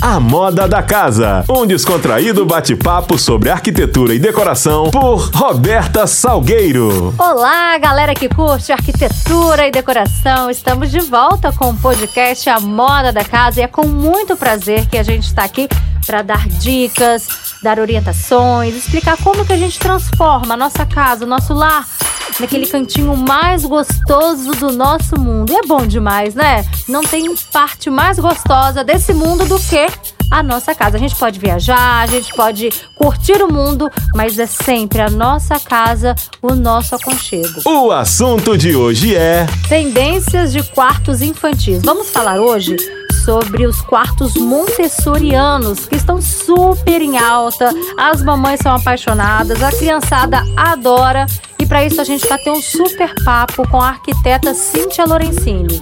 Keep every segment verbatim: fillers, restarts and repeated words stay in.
A Moda da Casa, um descontraído bate-papo sobre arquitetura e decoração por Roberta Salgueiro. Olá, galera que curte arquitetura e decoração. Estamos de volta com o podcast A Moda da Casa e é com muito prazer que a gente está aqui para dar dicas, dar orientações, explicar como que a gente transforma a nossa casa, o nosso lar, naquele cantinho mais gostoso do nosso mundo. E é bom demais, né? Não tem parte mais gostosa desse mundo do que a nossa casa. A gente pode viajar, a gente pode curtir o mundo, mas é sempre a nossa casa, o nosso aconchego. O assunto de hoje é tendências de quartos infantis. Vamos falar hoje sobre os quartos montessorianos, que estão super em alta. As mamães são apaixonadas, a criançada adora. E para isso a gente vai ter um super papo com a arquiteta Cíntia Lorenzini.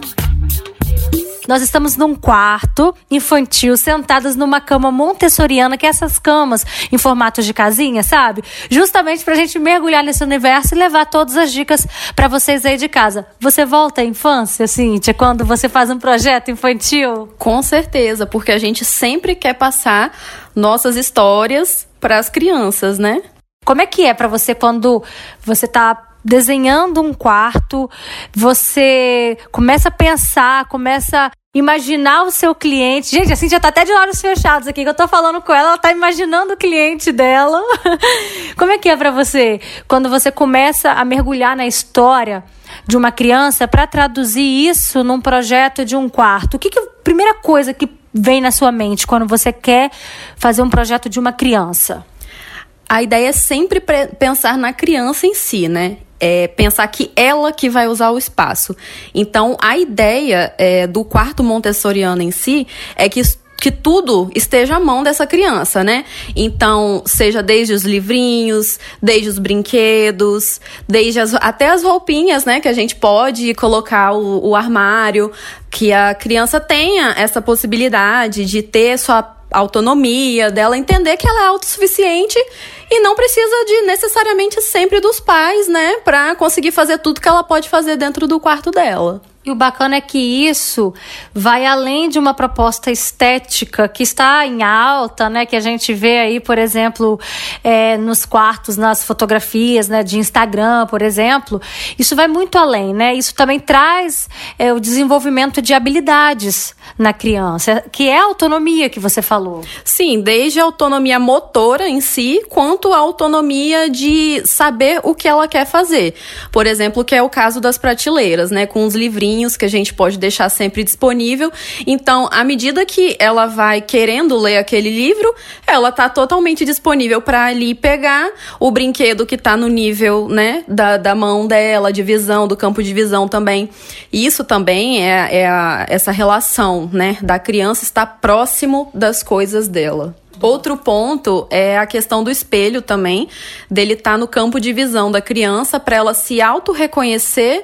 Nós estamos num quarto infantil, sentadas numa cama montessoriana, que é essas camas em formato de casinha, sabe? Justamente pra gente mergulhar nesse universo e levar todas as dicas pra vocês aí de casa. Você volta à infância, Cíntia, quando você faz um projeto infantil? Com certeza, porque a gente sempre quer passar nossas histórias pras crianças, né? Como é que é pra você quando você tá desenhando um quarto, você começa a pensar, começa a imaginar o seu cliente. Gente, assim já tá até de olhos fechados aqui, que eu tô falando com ela, ela tá imaginando o cliente dela. Como é que é pra você quando você começa a mergulhar na história de uma criança para traduzir isso num projeto de um quarto? O que que é a primeira coisa que vem na sua mente quando você quer fazer um projeto de uma criança? A ideia é sempre pre- pensar na criança em si, né? É pensar que ela que vai usar o espaço. Então, a ideia é, do quarto montessoriano em si é que, que tudo esteja à mão dessa criança, né? Então, seja desde os livrinhos, desde os brinquedos, desde as, até as roupinhas, né? Que a gente pode colocar o, o armário, que a criança tenha essa possibilidade de ter sua autonomia, dela entender que ela é autossuficiente e não precisa de necessariamente sempre dos pais, né, pra conseguir fazer tudo que ela pode fazer dentro do quarto dela. E o bacana é que isso vai além de uma proposta estética que está em alta, né? Que a gente vê aí, por exemplo, é, nos quartos, nas fotografias, né, de Instagram, por exemplo. Isso vai muito além, né? Isso também traz é, o desenvolvimento de habilidades na criança, que é a autonomia que você falou. Sim, desde a autonomia motora em si, quanto a autonomia de saber o que ela quer fazer. Por exemplo, que é o caso das prateleiras, né? Com os livrinhos que a gente pode deixar sempre disponível. Então, à medida que ela vai querendo ler aquele livro, ela está totalmente disponível para ali pegar o brinquedo que está no nível, né, da, da mão dela, de visão, do campo de visão também. E isso também é, é a, essa relação, né, da criança estar próximo das coisas dela. Outro ponto é a questão do espelho também, dele estar no campo de visão da criança para ela se auto-reconhecer.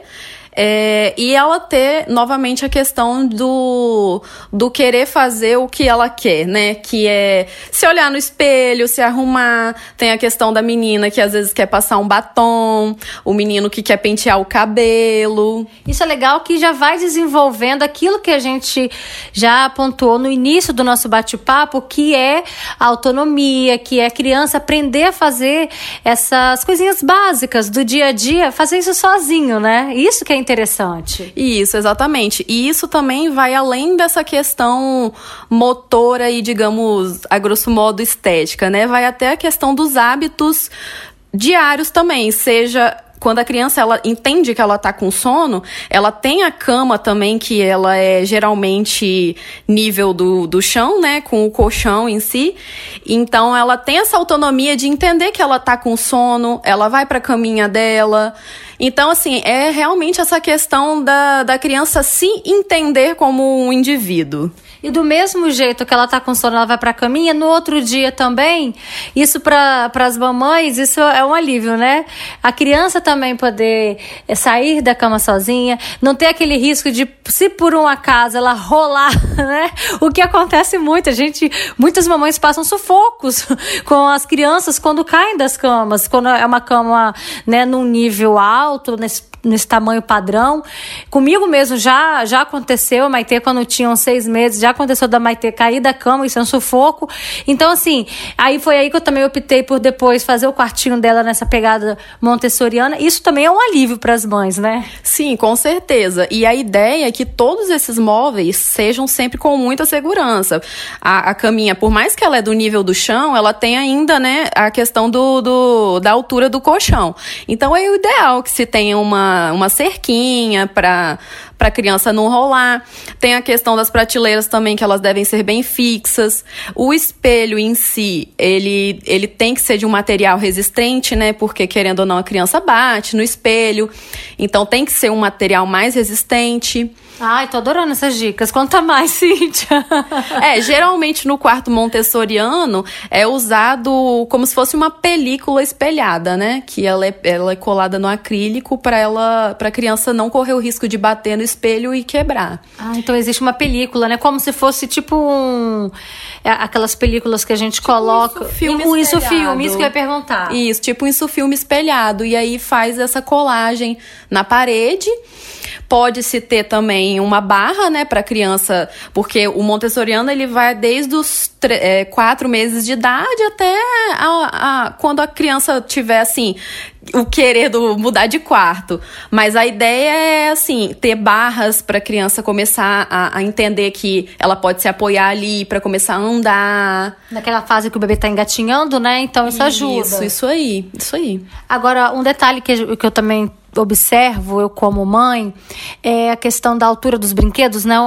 É, e ela ter, novamente, a questão do, do querer fazer o que ela quer, né? Que é se olhar no espelho, se arrumar. Tem a questão da menina que às vezes quer passar um batom, o menino que quer pentear o cabelo. Isso é legal, que já vai desenvolvendo aquilo que a gente já pontuou no início do nosso bate-papo, que é a autonomia, que é a criança aprender a fazer essas coisinhas básicas do dia a dia, fazer isso sozinho, né? Isso que é interessante. Isso, exatamente. E isso também vai além dessa questão motora e, digamos, a grosso modo estética, né? Vai até a questão dos hábitos diários também, seja quando a criança ela entende que ela está com sono, ela tem a cama também, que ela é geralmente nível do, do chão, né, com o colchão em si. Então, ela tem essa autonomia de entender que ela está com sono, ela vai para a caminha dela. Então, assim, é realmente essa questão da, da criança se entender como um indivíduo. E do mesmo jeito que ela tá com sono, ela vai pra caminha, no outro dia também, isso para as mamães, isso é um alívio, né? A criança também poder sair da cama sozinha, não ter aquele risco de, se por um acaso ela rolar, né? O que acontece muito, a gente, muitas mamães passam sufocos com as crianças quando caem das camas, quando é uma cama, né, num nível alto, nesse nesse tamanho padrão. Comigo mesmo já, já aconteceu, a Maitê quando tinham seis meses, já aconteceu da Maitê cair da cama, isso é um sufoco. Então assim, aí foi aí que eu também optei por depois fazer o quartinho dela nessa pegada montessoriana. Isso também é um alívio para as mães, né? Sim, com certeza. E a ideia é que todos esses móveis sejam sempre com muita segurança. A, a caminha, por mais que ela é do nível do chão, ela tem ainda, né, a questão do, do, da altura do colchão. Então é o ideal que se tenha uma uma cerquinha para para a criança não rolar. Tem a questão das prateleiras também, que elas devem ser bem fixas. O espelho em si, ele, ele tem que ser de um material resistente, né? Porque, querendo ou não, a criança bate no espelho. Então, tem que ser um material mais resistente. Ai, tô adorando essas dicas. Conta mais, Cíntia. É, geralmente no quarto montessoriano é usado como se fosse uma película espelhada, né? Que ela é, ela é colada no acrílico para ela, para a criança não correr o risco de bater no espelho e quebrar. Ah, então existe uma película, né? Como se fosse tipo um... aquelas películas que a gente tipo coloca... Um filme um isso-filme, isso que eu ia perguntar. Isso, tipo um isso-filme espelhado. E aí faz essa colagem na parede. Pode-se ter também uma barra, né, para criança, porque o montessoriano ele vai desde os é, quatro meses de idade até a, a, quando a criança tiver, assim, o querer do, mudar de quarto. Mas a ideia é, assim, ter barras para a criança começar a, a entender que ela pode se apoiar ali para começar a andar. Naquela fase que o bebê está engatinhando, né? Então isso ajuda. Isso, isso aí, isso aí. Agora, um detalhe que, que eu também observo, eu como mãe, é a questão da altura dos brinquedos, né?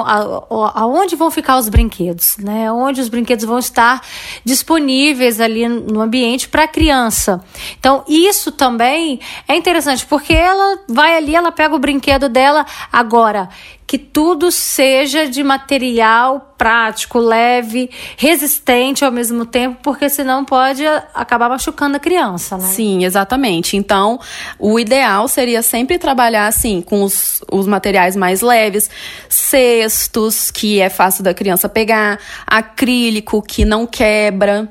Aonde vão ficar os brinquedos, né? Onde os brinquedos vão estar disponíveis ali no ambiente para a criança. Então, isso também é interessante, porque ela vai ali, ela pega o brinquedo dela. Agora, que tudo seja de material prático, leve, resistente ao mesmo tempo, porque senão pode acabar machucando a criança, né? Sim, exatamente. Então, o ideal seria sempre trabalhar, assim, com os, os materiais mais leves, cestos, que é fácil da criança pegar, acrílico, que não quebra.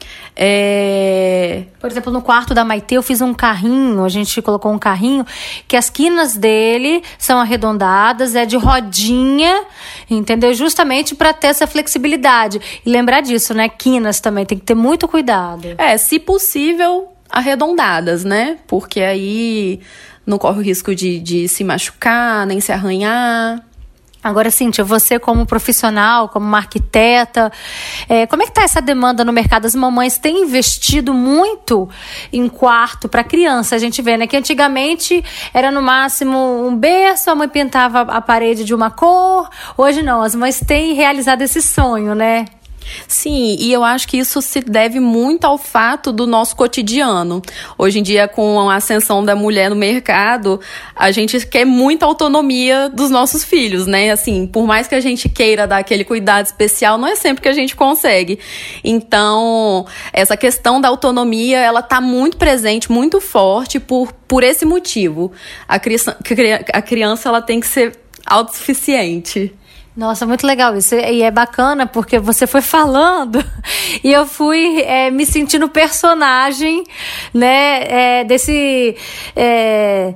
É... Por exemplo, no quarto da Maitê eu fiz um carrinho, a gente colocou um carrinho que as quinas dele são arredondadas, é de rodinha, entendeu? Justamente para ter essa flexibilidade. E lembrar disso, né? Quinas também, tem que ter muito cuidado. É, se possível, arredondadas, né? Porque aí não corre o risco de, de se machucar, nem se arranhar. Agora, Cíntia, você como profissional, como uma arquiteta, é, como é que está essa demanda no mercado? As mamães têm investido muito em quarto para criança. A gente vê, né, que antigamente era no máximo um berço, a mãe pintava a parede de uma cor. Hoje não, as mães têm realizado esse sonho, né? Sim, e eu acho que isso se deve muito ao fato do nosso cotidiano. Hoje em dia, com a ascensão da mulher no mercado, a gente quer muita autonomia dos nossos filhos, né? Assim, por mais que a gente queira dar aquele cuidado especial, não é sempre que a gente consegue. Então, essa questão da autonomia, ela tá muito presente, muito forte por, por esse motivo. A criança, a criança, ela tem que ser autossuficiente. Nossa, muito legal isso. E é bacana porque você foi falando e eu fui é, me sentindo personagem, né, é, desse... É,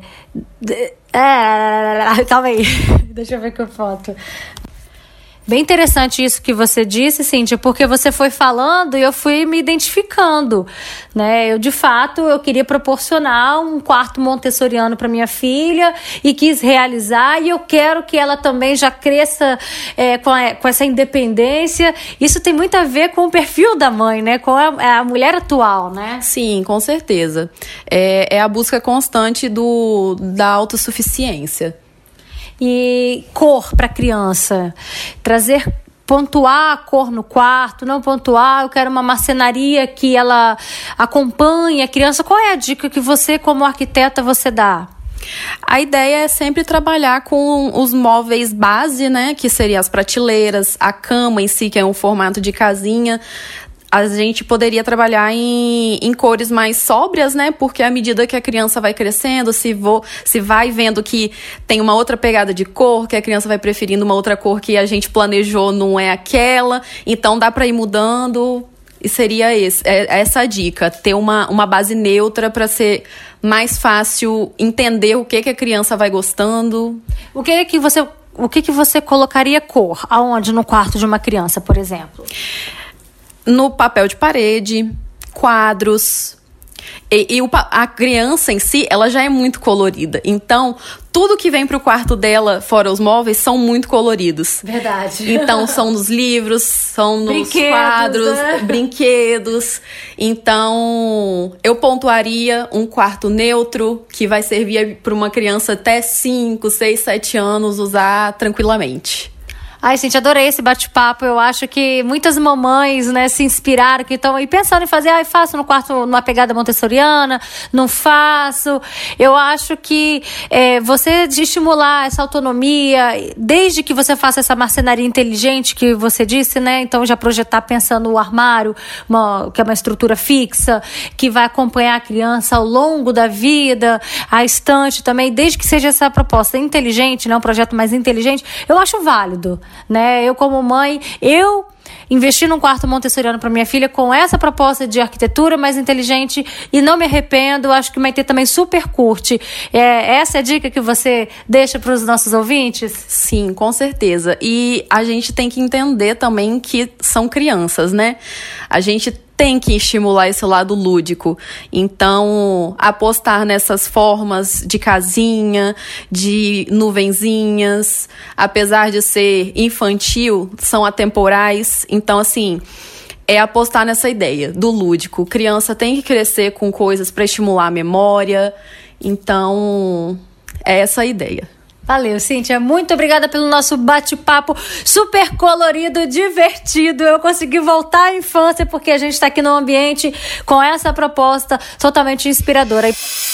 é, calma aí, deixa eu ver que foto. Bem interessante isso que você disse, Cíntia, porque você foi falando e eu fui me identificando, né? Eu, de fato, eu queria proporcionar um quarto montessoriano para minha filha e quis realizar, e eu quero que ela também já cresça é, com, a, com essa independência. Isso tem muito a ver com o perfil da mãe, né? Com a, a mulher atual, né? Sim, com certeza. É, é a busca constante do, da autossuficiência. E cor para criança, trazer, pontuar a cor no quarto, não pontuar, eu quero uma marcenaria que ela acompanhe a criança. Qual é a dica que você, como arquiteta, você dá? A ideia é sempre trabalhar com os móveis base, né, que seriam as prateleiras, a cama em si, que é um formato de casinha. A gente poderia trabalhar em, em cores mais sóbrias, né? Porque à medida que a criança vai crescendo, se, vou, se vai vendo que tem uma outra pegada de cor, que a criança vai preferindo uma outra cor que a gente planejou, não é aquela. Então dá para ir mudando. E seria esse, é, essa a dica, ter uma, uma base neutra para ser mais fácil entender o que, que a criança vai gostando. O que que você, o que que você colocaria cor? Aonde no quarto de uma criança, por exemplo? No papel de parede, quadros. E, e o, a criança em si, ela já é muito colorida. Então, tudo que vem pro quarto dela, fora os móveis, são muito coloridos. Verdade. Então, são nos livros, são nos brinquedos, quadros, né? brinquedos. Então, eu pontuaria um quarto neutro, que vai servir para uma criança até cinco, seis, sete anos usar tranquilamente. Ai, gente, adorei esse bate-papo. Eu acho que muitas mamães, né, se inspiraram, que estão aí pensando em fazer, ai, faço no quarto numa pegada montessoriana, não faço. Eu acho que é, você de estimular essa autonomia, desde que você faça essa marcenaria inteligente que você disse, né, então já projetar pensando o armário, uma, que é uma estrutura fixa, que vai acompanhar a criança ao longo da vida, a estante também, desde que seja essa proposta inteligente, né, um projeto mais inteligente, eu acho válido. Né? Eu como mãe, eu investi num quarto montessoriano para minha filha com essa proposta de arquitetura mais inteligente e não me arrependo. Acho que o Maitê também super curte. É, essa é a dica que você deixa para os nossos ouvintes? Sim, com certeza. E a gente tem que entender também que são crianças, né? A gente tem que estimular esse lado lúdico. Então, apostar nessas formas de casinha, de nuvenzinhas, apesar de ser infantil, são atemporais. Então, assim, é apostar nessa ideia do lúdico. Criança tem que crescer com coisas para estimular a memória. Então, é essa a ideia. Valeu, Cíntia. Muito obrigada pelo nosso bate-papo super colorido, divertido. Eu consegui voltar à infância porque a gente está aqui num ambiente com essa proposta totalmente inspiradora.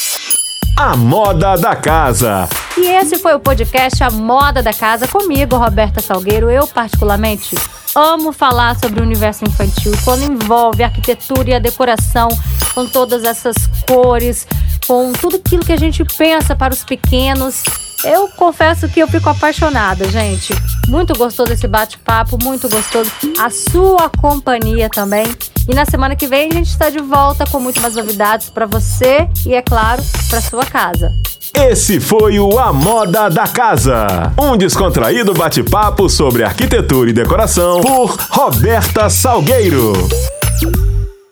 A Moda da Casa. E esse foi o podcast A Moda da Casa, comigo, Roberta Salgueiro. Eu, particularmente, amo falar sobre o universo infantil, quando envolve a arquitetura e a decoração, com todas essas cores, com tudo aquilo que a gente pensa para os pequenos. Eu confesso que eu fico apaixonada, gente. Muito gostoso esse bate-papo, muito gostoso. A sua companhia também. E na semana que vem a gente está de volta com muito mais novidades para você e, é claro, para sua casa. Esse foi o A Moda da Casa, um descontraído bate-papo sobre arquitetura e decoração por Roberta Salgueiro.